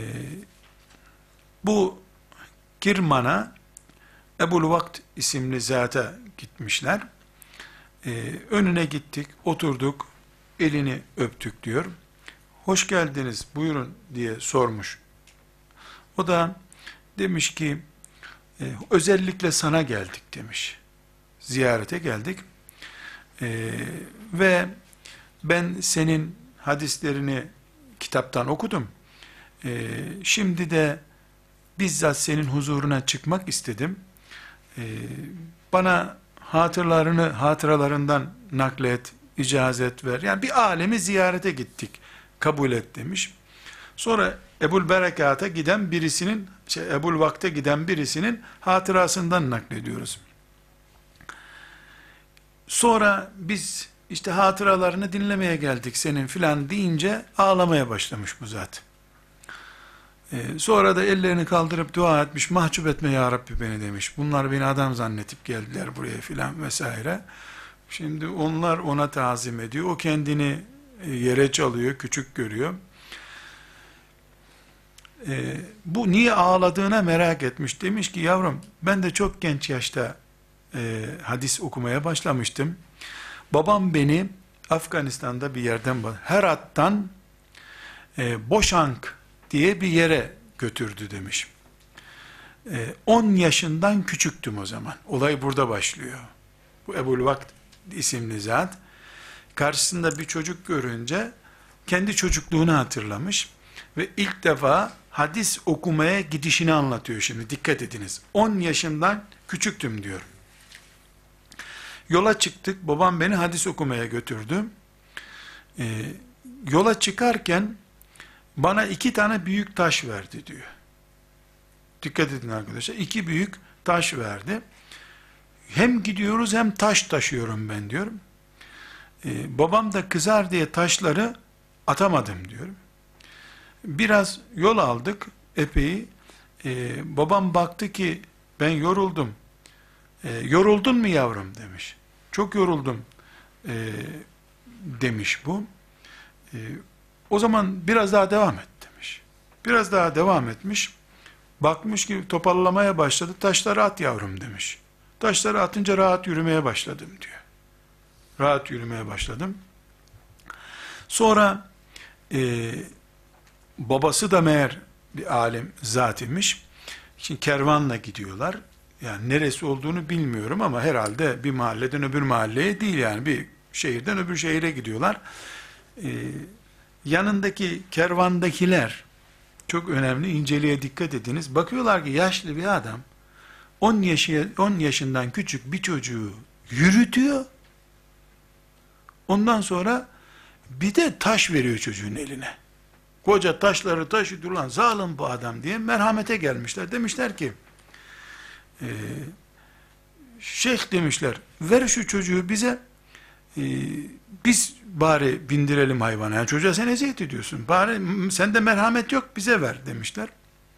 Speaker 1: bu Kirman'a Ebul Vakt isimli zata gitmişler. Ee, önüne gittik, oturduk, elini öptük diyor. Hoş geldiniz, buyurun diye sormuş. O da Demiş ki e, özellikle sana geldik demiş. Ziyarete geldik. E, ve ben senin hadislerini kitaptan okudum. E, şimdi de bizzat senin huzuruna çıkmak istedim. E, bana hatırlarını, hatıralarından naklet, icazet ver. Yani bir alemi ziyarete gittik. Kabul et demiş. Sonra Ebul Berekat'a giden birisinin, şey, Ebul Vakt'e giden birisinin hatırasından naklediyoruz. Sonra biz işte hatıralarını dinlemeye geldik senin filan deyince ağlamaya başlamış bu zat. Ee, sonra da ellerini kaldırıp dua etmiş, mahcup etme ya Rabbi beni demiş. Bunlar beni adam zannetip geldiler buraya filan vesaire. Şimdi onlar ona tazim ediyor. O kendini yere çalıyor, küçük görüyor. Ee, bu niye ağladığına merak etmiş. Demiş ki yavrum ben de çok genç yaşta e, hadis okumaya başlamıştım. Babam beni Afganistan'da bir yerden, Herat'tan e, Boşank diye bir yere götürdü demiş. E, on yaşından küçüktüm o zaman. Olay burada başlıyor. Bu Ebul Vakt isimli zat karşısında bir çocuk görünce kendi çocukluğunu hatırlamış ve ilk defa hadis okumaya gidişini anlatıyor şimdi. Dikkat ediniz. on yaşından küçüktüm diyor. Yola çıktık. Babam beni hadis okumaya götürdü. Ee, yola çıkarken bana iki tane büyük taş verdi diyor. Dikkat edin arkadaşlar. İki büyük taş verdi. Hem gidiyoruz hem taş taşıyorum ben diyorum. Ee, babam da kızar diye taşları atamadım diyorum. Biraz yol aldık epey. Ee, babam baktı ki ben yoruldum. Ee, yoruldun mu yavrum demiş. Çok yoruldum ee, demiş bu. Ee, o zaman biraz daha devam et demiş. Biraz daha devam etmiş. Bakmış ki toparlamaya başladı. Taşları at yavrum demiş. Taşları atınca rahat yürümeye başladım diyor. Rahat yürümeye başladım. Sonra e, babası da meğer bir alim zat imiş. Şimdi kervanla gidiyorlar. Yani neresi olduğunu bilmiyorum ama herhalde bir mahalleden öbür mahalleye değil, yani bir şehirden öbür şehire gidiyorlar. Ee, yanındaki kervandakiler çok önemli, inceliğe dikkat ediniz. Bakıyorlar ki yaşlı bir adam on yaşı on yaşından küçük bir çocuğu yürütüyor. Ondan sonra bir de taş veriyor çocuğun eline. Koca taşları taşıdı, ulan zalim bu adam diye merhamete gelmişler. Demişler ki e, şeyh demişler, ver şu çocuğu bize, e, biz bari bindirelim hayvana. Yani çocuğa sen eziyet ediyorsun. Bari sende merhamet yok, bize ver demişler.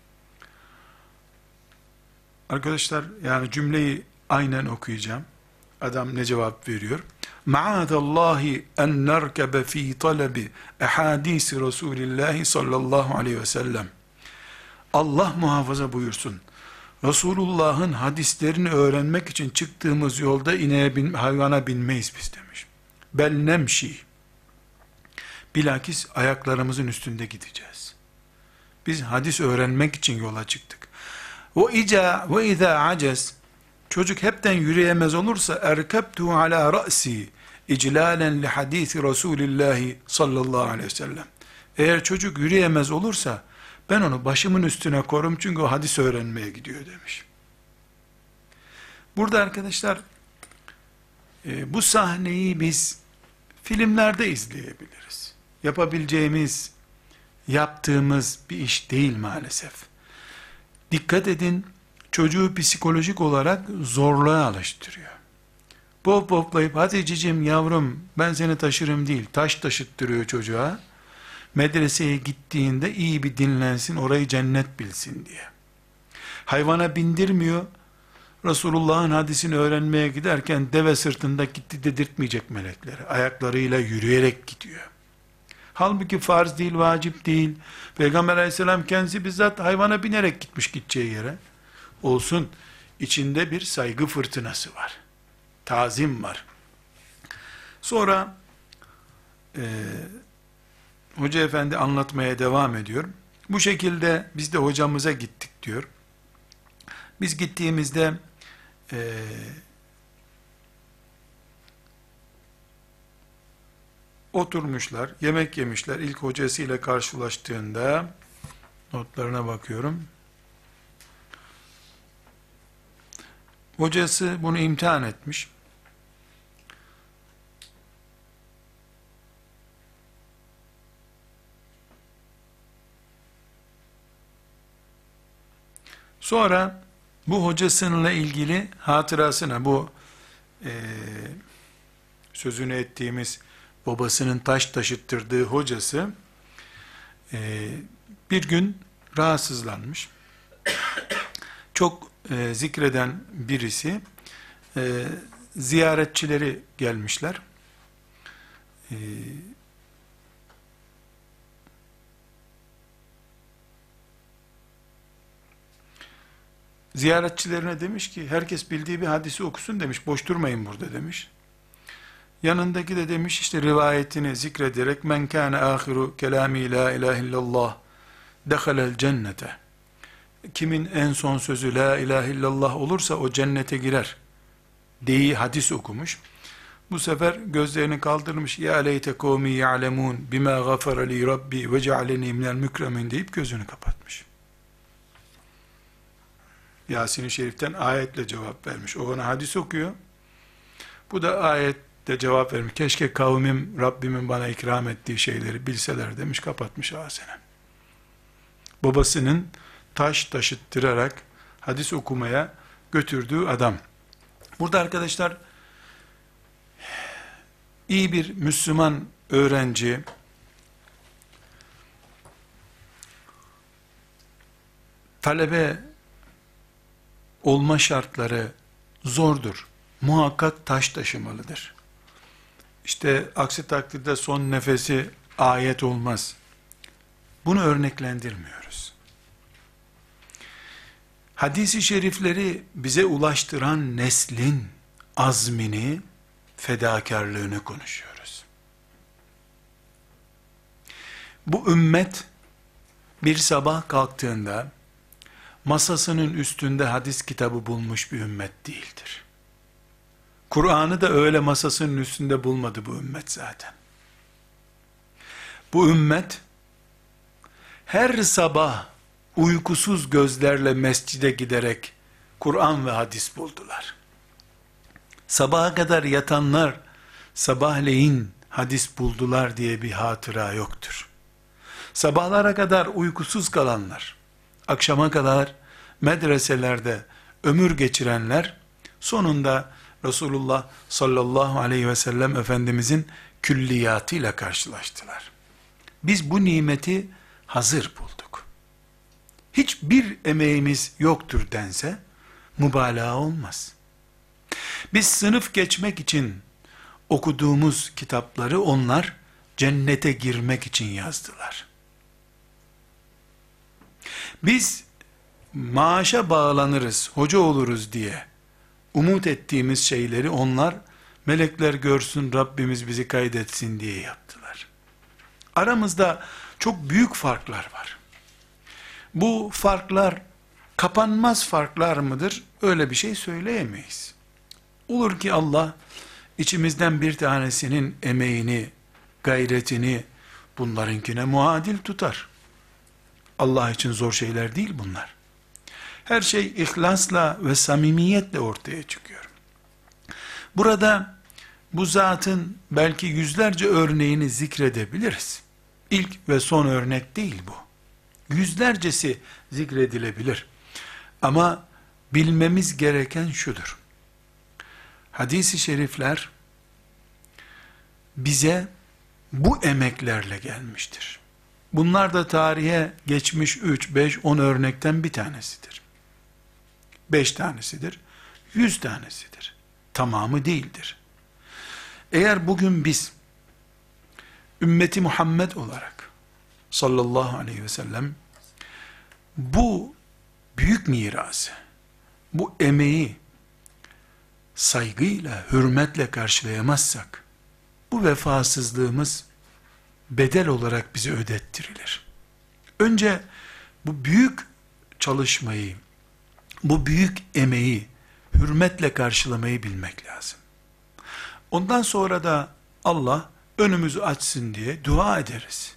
Speaker 1: Arkadaşlar yani cümleyi aynen okuyacağım. Adam ne cevap veriyor? Ma'adallahi en nerkebe fi talebi ehadisi Resulillahi sallallahu aleyhi ve sellem. Allah muhafaza buyursun. Resulullah'ın hadislerini öğrenmek için çıktığımız yolda ineğe bin, hayvana binmeyiz biz demiş. Bel nemşi. Bilakis ayaklarımızın üstünde gideceğiz. Biz hadis öğrenmek için yola çıktık. Ve iza ve iza acez, çocuk hepten yürüyemez olursa erkebtu ala ra'si iclalen li hadisi Resulillah sallallahu aleyhi ve sellem. Eğer çocuk yürüyemez olursa ben onu başımın üstüne korum çünkü o hadis öğrenmeye gidiyor demiş. Burada arkadaşlar e, bu sahneyi biz filmlerde izleyebiliriz. Yapabileceğimiz, yaptığımız bir iş değil maalesef. Dikkat edin, çocuğu psikolojik olarak zorluğa alıştırıyor. Pop poplayıp hadi cicim yavrum ben seni taşırım değil, taş taşıttırıyor çocuğa. Medreseye gittiğinde iyi bir dinlensin, orayı cennet bilsin diye. Hayvana bindirmiyor. Resulullah'ın hadisini öğrenmeye giderken deve sırtında gitti dedirtmeyecek melekleri. Ayaklarıyla yürüyerek gidiyor. Halbuki farz değil, vacip değil. Peygamber aleyhisselam kendisi bizzat hayvana binerek gitmiş gideceği yere. Olsun, içinde bir saygı fırtınası var. Tazim var. Sonra e, Hoca efendi anlatmaya devam ediyor. Bu şekilde biz de hocamıza gittik diyor. Biz gittiğimizde e, oturmuşlar, yemek yemişler. İlk hocasıyla karşılaştığında, notlarına bakıyorum. Hocası bunu imtihan etmiş. Sonra bu hocasıyla ilgili hatırasına, bu e, sözünü ettiğimiz babasının taş taşıttırdığı hocası e, bir gün rahatsızlanmış. Çok e, zikreden birisi, e, ziyaretçileri gelmişler. E, ziyaretçilerine demiş ki, herkes bildiği bir hadisi okusun demiş, boş durmayın burada demiş. Yanındaki de demiş, işte rivayetini zikrederek, men kâne âhiru kelâmi la ilahe illallah dehalel cennete. Kimin en son sözü la ilahe illallah olursa o cennete girer diye hadis okumuş. Bu sefer gözlerini kaldırmış, ya leyte kavmi ya'lemun bima gafara li rabbi ve cealeni minel mükremin deyip gözünü kapatmış. Yasin-i Şerif'ten ayetle cevap vermiş. O ona hadis okuyor. Bu da ayette cevap vermiş. Keşke kavmim Rabbimin bana ikram ettiği şeyleri bilseler demiş, kapatmış ağzını. Babasının taş taşıttırarak hadis okumaya götürdüğü adam. Burada arkadaşlar, iyi bir Müslüman öğrenci talebe olma şartları zordur. Muhakkak taş taşımalıdır. İşte aksi takdirde son nefesi ayet olmaz. Bunu örneklendirmiyoruz. Hadis-i şerifleri bize ulaştıran neslin azmini, fedakarlığını konuşuyoruz. Bu ümmet bir sabah kalktığında masasının üstünde hadis kitabı bulmuş bir ümmet değildir. Kur'an'ı da öyle masasının üstünde bulmadı bu ümmet zaten. Bu ümmet her sabah uykusuz gözlerle mescide giderek Kur'an ve hadis buldular. Sabaha kadar yatanlar sabahleyin hadis buldular diye bir hatıra yoktur. Sabahlara kadar uykusuz kalanlar, akşama kadar medreselerde ömür geçirenler, sonunda Resulullah sallallahu aleyhi ve sellem Efendimizin külliyatıyla karşılaştılar. Biz bu nimeti hazır bulduk. Hiçbir emeğimiz yoktur dense, mübalağa olmaz. Biz sınıf geçmek için okuduğumuz kitapları onlar cennete girmek için yazdılar. Biz maaşa bağlanırız, hoca oluruz diye umut ettiğimiz şeyleri onlar melekler görsün, Rabbimiz bizi kaydetsin diye yaptılar. Aramızda çok büyük farklar var. Bu farklar kapanmaz farklar mıdır? Öyle bir şey söyleyemeyiz. Olur ki Allah içimizden bir tanesinin emeğini, gayretini bunlarınkine muadil tutar. Allah için zor şeyler değil bunlar. Her şey ihlasla ve samimiyetle ortaya çıkıyor. Burada bu zatın belki yüzlerce örneğini zikredebiliriz. İlk ve son örnek değil bu. Yüzlercesi zikredilebilir. Ama bilmemiz gereken şudur. Hadis-i şerifler bize bu emeklerle gelmiştir. Bunlar da tarihe geçmiş üç, beş, on örnekten bir tanesidir. beş tanesidir, yüz tanesidir. Tamamı değildir. Eğer bugün biz ümmeti Muhammed olarak sallallahu aleyhi ve sellem bu büyük mirası, bu emeği saygıyla, hürmetle karşılayamazsak, bu vefasızlığımız bedel olarak bize ödettirilir. Önce bu büyük çalışmayı bu büyük emeği hürmetle karşılamayı bilmek lazım. Ondan sonra da Allah önümüzü açsın diye dua ederiz.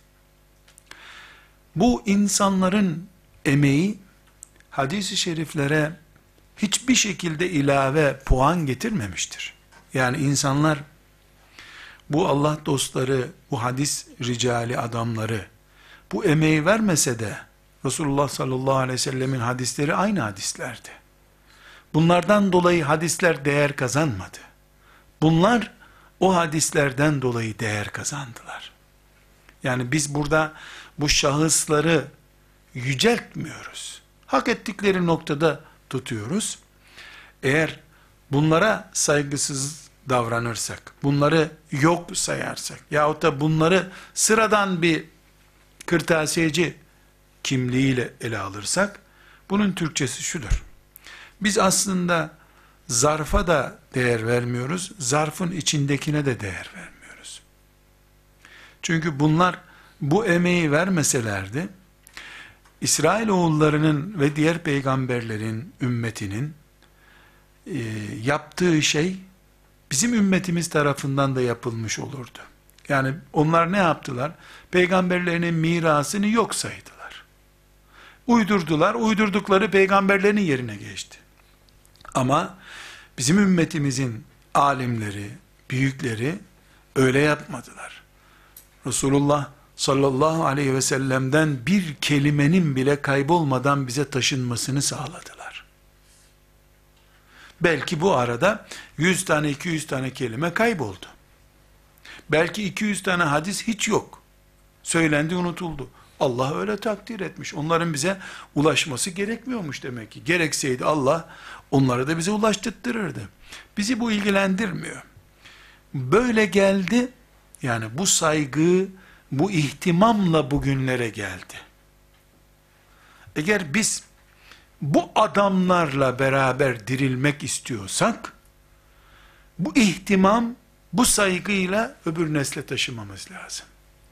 Speaker 1: Bu insanların emeği hadis-i şeriflere hiçbir şekilde ilave puan getirmemiştir. Yani insanlar bu Allah dostları, bu hadis ricali adamları bu emeği vermese de Resulullah sallallahu aleyhi ve sellemin hadisleri aynı hadislerdi. Bunlardan dolayı hadisler değer kazanmadı. Bunlar o hadislerden dolayı değer kazandılar. Yani biz burada bu şahısları yüceltmiyoruz. Hak ettikleri noktada tutuyoruz. Eğer bunlara saygısız davranırsak, bunları yok sayarsak, yahut da bunları sıradan bir kırtasiyeci kimliğiyle ele alırsak, bunun Türkçesi şudur: biz aslında zarfa da değer vermiyoruz, zarfın içindekine de değer vermiyoruz. Çünkü bunlar bu emeği vermeselerdi, İsrailoğullarının ve diğer peygamberlerin ümmetinin e, yaptığı şey bizim ümmetimiz tarafından da yapılmış olurdu. Yani onlar ne yaptılar? Peygamberlerinin mirasını yok saydılar. Uydurdular, uydurdukları peygamberlerin yerine geçti. Ama bizim ümmetimizin alimleri, büyükleri öyle yapmadılar. Resulullah sallallahu aleyhi ve sellem'den bir kelimenin bile kaybolmadan bize taşınmasını sağladılar. Belki bu arada yüz tane iki yüz tane kelime kayboldu. Belki iki yüz tane hadis hiç yok. Söylendi, unutuldu. Allah öyle takdir etmiş. Onların bize ulaşması gerekmiyormuş demek ki. Gerekseydi Allah onları da bize ulaştırtırırdı. Bizi bu ilgilendirmiyor. Böyle geldi. Yani bu saygı, bu ihtimamla bugünlere geldi. Eğer biz bu adamlarla beraber dirilmek istiyorsak, bu ihtimam, bu saygıyla öbür nesle taşımamız lazım.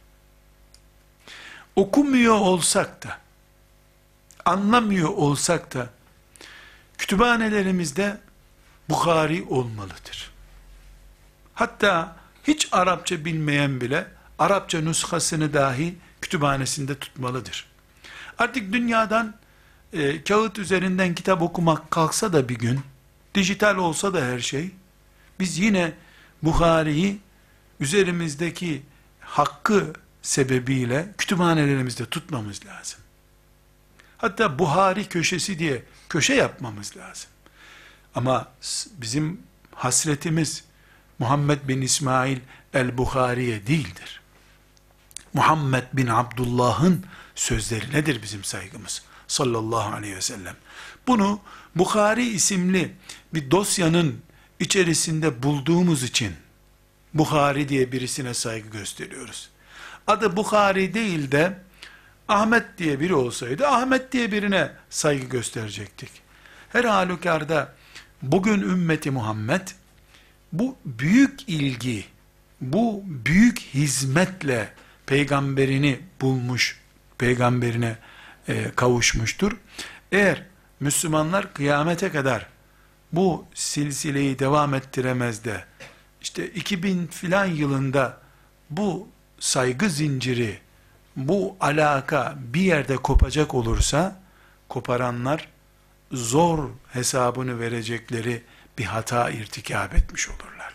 Speaker 1: Okumuyor olsak da, anlamıyor olsak da, kütüphanelerimizde Bukhari olmalıdır. Hatta hiç Arapça bilmeyen bile, Arapça nüshasını dahi kütüphanesinde tutmalıdır. Artık dünyadan e, kağıt üzerinden kitap okumak kalksa da bir gün, dijital olsa da her şey, biz yine Bukhari'yi üzerimizdeki hakkı sebebiyle kütüphanelerimizde tutmamız lazım. Hatta Buhari köşesi diye köşe yapmamız lazım. Ama bizim hasretimiz Muhammed bin İsmail el-Bukhari'ye değildir. Muhammed bin Abdullah'ın sözleri nedir bizim saygımız? Sallallahu aleyhi ve sellem. Bunu Bukhari isimli bir dosyanın içerisinde bulduğumuz için Bukhari diye birisine saygı gösteriyoruz. Adı Bukhari değil de Ahmet diye biri olsaydı Ahmet diye birine saygı gösterecektik. Her halükarda bugün ümmeti Muhammed bu büyük ilgi, bu büyük hizmetle peygamberini bulmuş, peygamberine e, kavuşmuştur. Eğer Müslümanlar kıyamete kadar bu silsileyi devam ettiremez de, işte iki bin filan yılında bu saygı zinciri, bu alaka bir yerde kopacak olursa, koparanlar zor hesabını verecekleri bir hata irtikab etmiş olurlar.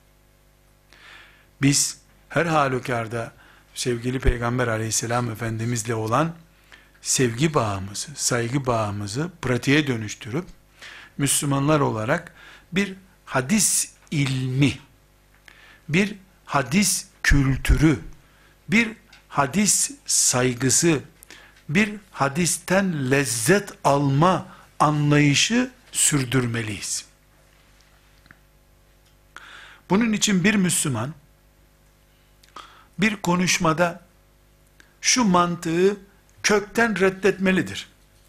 Speaker 1: Biz her halükarda sevgili Peygamber aleyhisselam Efendimizle olan sevgi bağımızı, saygı bağımızı pratiğe dönüştürüp, Müslümanlar olarak bir hadis ilmi, bir hadis kültürü, bir hadis saygısı, bir hadisten lezzet alma anlayışı sürdürmeliyiz. Bunun için bir Müslüman, bir konuşmada şu mantığı kökten reddetmelidir.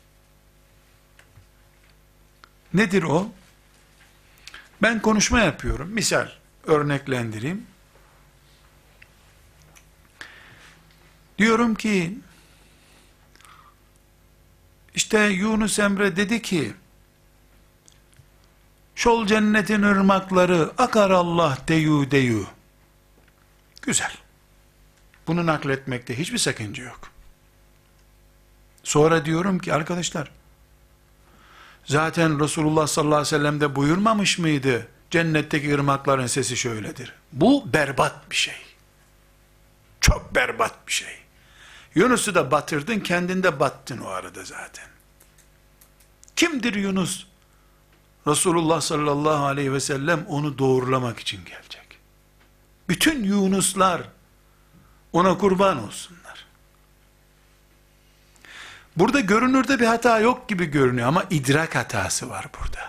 Speaker 1: Nedir o? Ben konuşma yapıyorum. Misal örneklendireyim. Diyorum ki, işte Yunus Emre dedi ki, şol cennetin ırmakları akar Allah deyu deyu. Güzel. Bunu nakletmekte hiçbir sakınca yok. Sonra diyorum ki arkadaşlar, zaten Resulullah sallallahu aleyhi ve sellem de buyurmamış mıydı? Cennetteki ırmakların sesi şöyledir. Bu berbat bir şey. Çok berbat bir şey. Yunus'u da batırdın, kendin de battın o arada zaten. Kimdir Yunus? Resulullah sallallahu aleyhi ve sellem onu doğrulamak için gelecek. Bütün Yunuslar ona kurban olsunlar. Burada görünürde bir hata yok gibi görünüyor ama idrak hatası var burada.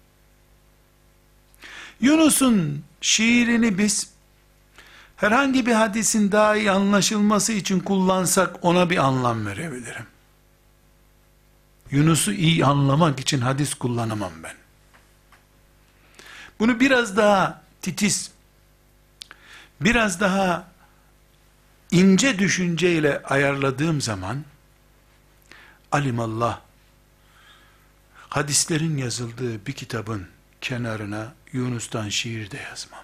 Speaker 1: Yunus'un şiirini biz herhangi bir hadisin daha iyi anlaşılması için kullansak ona bir anlam verebilirim. Yunus'u iyi anlamak için hadis kullanamam ben. Bunu biraz daha titiz, biraz daha ince düşünceyle ayarladığım zaman, alimallah, hadislerin yazıldığı bir kitabın kenarına Yunus'tan şiir de yazmam.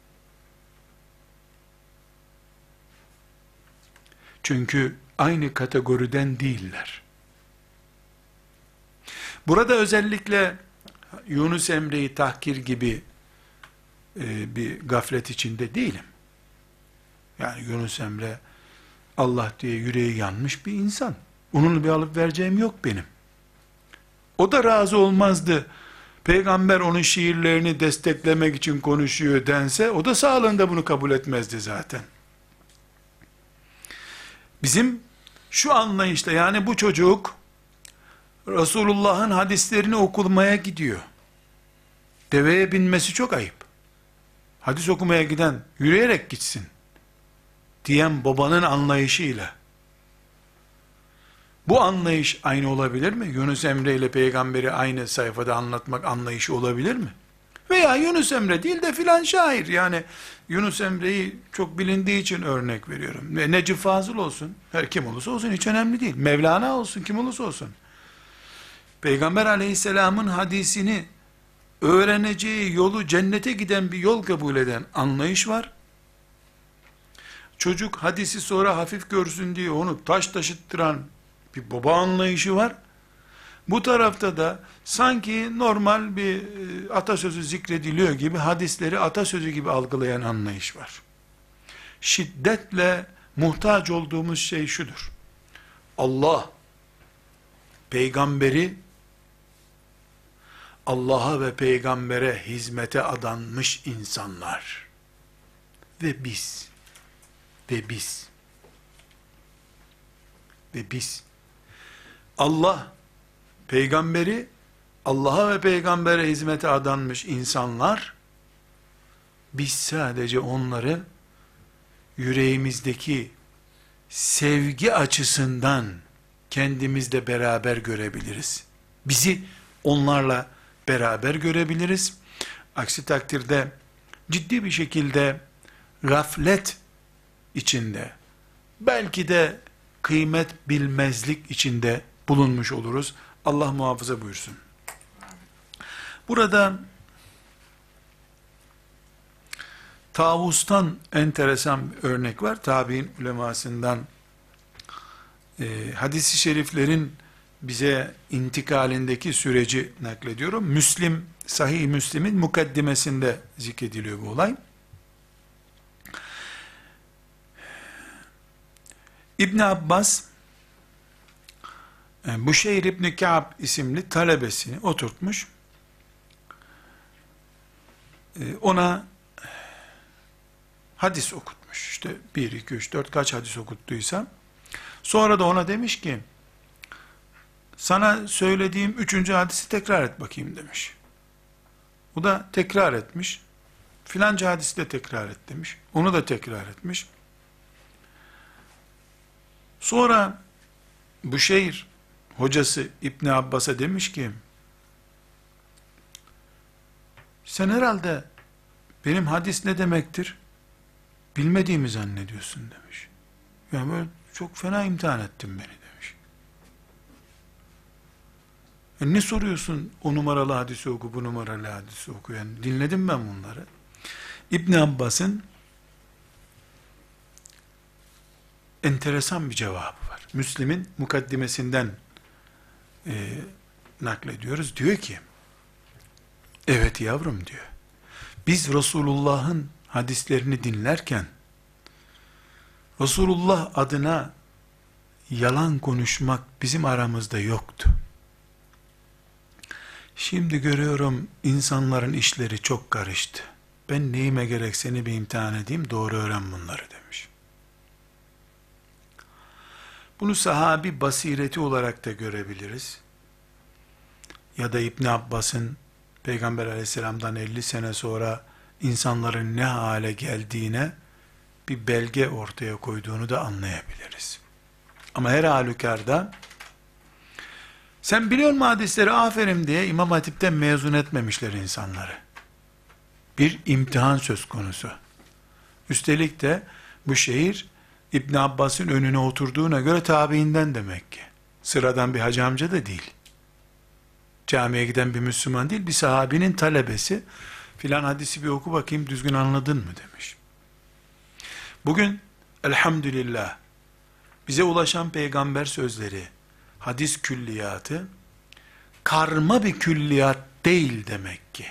Speaker 1: Çünkü aynı kategoriden değiller. Burada özellikle Yunus Emre'yi tahkir gibi e, bir gaflet içinde değilim. Yani Yunus Emre Allah diye yüreği yanmış bir insan. Onunla bir alıp vereceğim yok benim. O da razı olmazdı. Peygamber onun şiirlerini desteklemek için konuşuyor dense, o da sağlığında bunu kabul etmezdi zaten. Bizim şu anlayışta, yani bu çocuk Resulullah'ın hadislerini okumaya gidiyor. Deveye binmesi çok ayıp. Hadis okumaya giden yürüyerek gitsin diyen babanın anlayışıyla bu anlayış aynı olabilir mi? Yunus Emre ile peygamberi aynı sayfada anlatmak anlayışı olabilir mi? Veya Yunus Emre değil de filan şair, yani Yunus Emre'yi çok bilindiği için örnek veriyorum. Necip Fazıl olsun, her kim olursa olsun hiç önemli değil. Mevlana olsun, kim olursa olsun. Peygamber aleyhisselamın hadisini öğreneceği yolu cennete giden bir yol kabul eden anlayış var. Çocuk hadisi sonra hafif görsün diye onu taş taşıttıran bir baba anlayışı var. Bu tarafta da sanki normal bir atasözü zikrediliyor gibi hadisleri atasözü gibi algılayan anlayış var. Şiddetle muhtaç olduğumuz şey şudur: Allah, peygamberi, Allah'a ve peygambere hizmete adanmış insanlar ve biz ve biz ve biz Allah, peygamberi, Allah'a ve peygambere hizmete adanmış insanlar, biz sadece onları yüreğimizdeki sevgi açısından kendimizle beraber görebiliriz. Bizi onlarla beraber görebiliriz. Aksi takdirde ciddi bir şekilde gaflet içinde, belki de kıymet bilmezlik içinde bulunmuş oluruz. Allah muhafaza buyursun. Burada Tavus'tan enteresan bir örnek var. Tabi'in ulemasından e, hadis-i şeriflerin bize intikalindeki süreci naklediyorum. Müslim, Sahih Müslim'in mukaddimesinde zikrediliyor bu olay. İbn Abbas, Buşeyr İbni Ka'b isimli talebesini oturtmuş. Ona hadis okutmuş. İşte bir, iki, üç, dört kaç hadis okuttuysa. Sonra da ona demiş ki, sana söylediğim üçüncü hadisi tekrar et bakayım demiş. O da tekrar etmiş. Filanca hadisi de tekrar et demiş. Onu da tekrar etmiş. Sonra Buşeyr hocası İbn Abbas'a demiş ki, sen herhalde benim hadis ne demektir bilmediğimi zannediyorsun demiş. Yani böyle çok fena imtihan ettin beni demiş. E ne soruyorsun, o numaralı hadisi oku, bu numaralı hadisi oku, yani dinledim ben bunları. İbn Abbas'ın enteresan bir cevabı var. Müslim'in mukaddimesinden e, naklediyoruz. Diyor ki, evet yavrum diyor, biz Resulullah'ın hadislerini dinlerken, Resulullah adına yalan konuşmak bizim aramızda yoktu. Şimdi görüyorum insanların işleri çok karıştı. Ben neyime gerek seni bir imtihan edeyim, doğru öğren bunları demiş. Bunu sahabi basireti olarak da görebiliriz. Ya da İbn Abbas'ın Peygamber aleyhisselamdan elli sene sonra insanların ne hale geldiğine bir belge ortaya koyduğunu da anlayabiliriz. Ama her halükarda sen biliyor musun hadisleri, aferin diye İmam Hatip'ten mezun etmemişler insanları. Bir imtihan söz konusu. Üstelik de bu şehir İbn Abbas'ın önüne oturduğuna göre tabiinden demek ki. Sıradan bir hacı amca da değil. Camiye giden bir Müslüman değil, bir sahabinin talebesi. Filan hadisi bir oku bakayım, düzgün anladın mı demiş. Bugün elhamdülillah bize ulaşan peygamber sözleri, hadis külliyatı karma bir külliyat değil demek ki.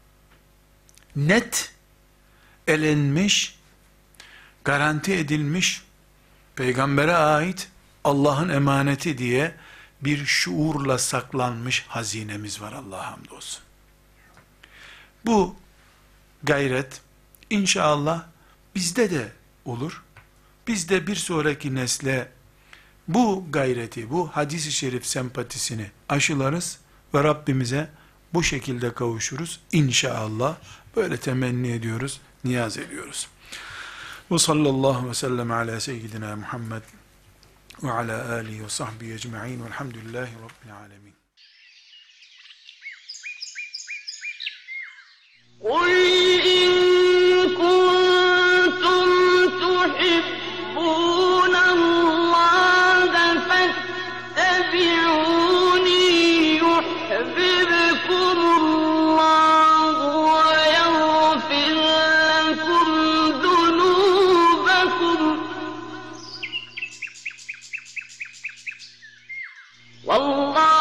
Speaker 1: Net, elenmiş, garanti edilmiş, peygambere ait Allah'ın emaneti diye bir şuurla saklanmış hazinemiz var, Allah'a hamdolsun. Bu gayret inşallah bizde de olur. Biz de bir sonraki nesle bu gayreti, bu hadis-i şerif sempatisini aşılarız ve Rabbimize bu şekilde kavuşuruz. İnşallah böyle temenni ediyoruz, niyaz ediyoruz. Ve sallallahu ve sellem ala seyyidina Muhammed ve ala alihi ve sahbihi ecma'in velhamdülillahi rabbil alemin.
Speaker 2: قُلْ إِن كُنتُمْ تُحِبُّونَ اللَّهَ فَاتَّبِعُونِي يُحْبِبْكُمُ اللَّهُ وَيَغْفِرْ لَكُمْ ذُنُوبَكُمْ وَاللَّهُ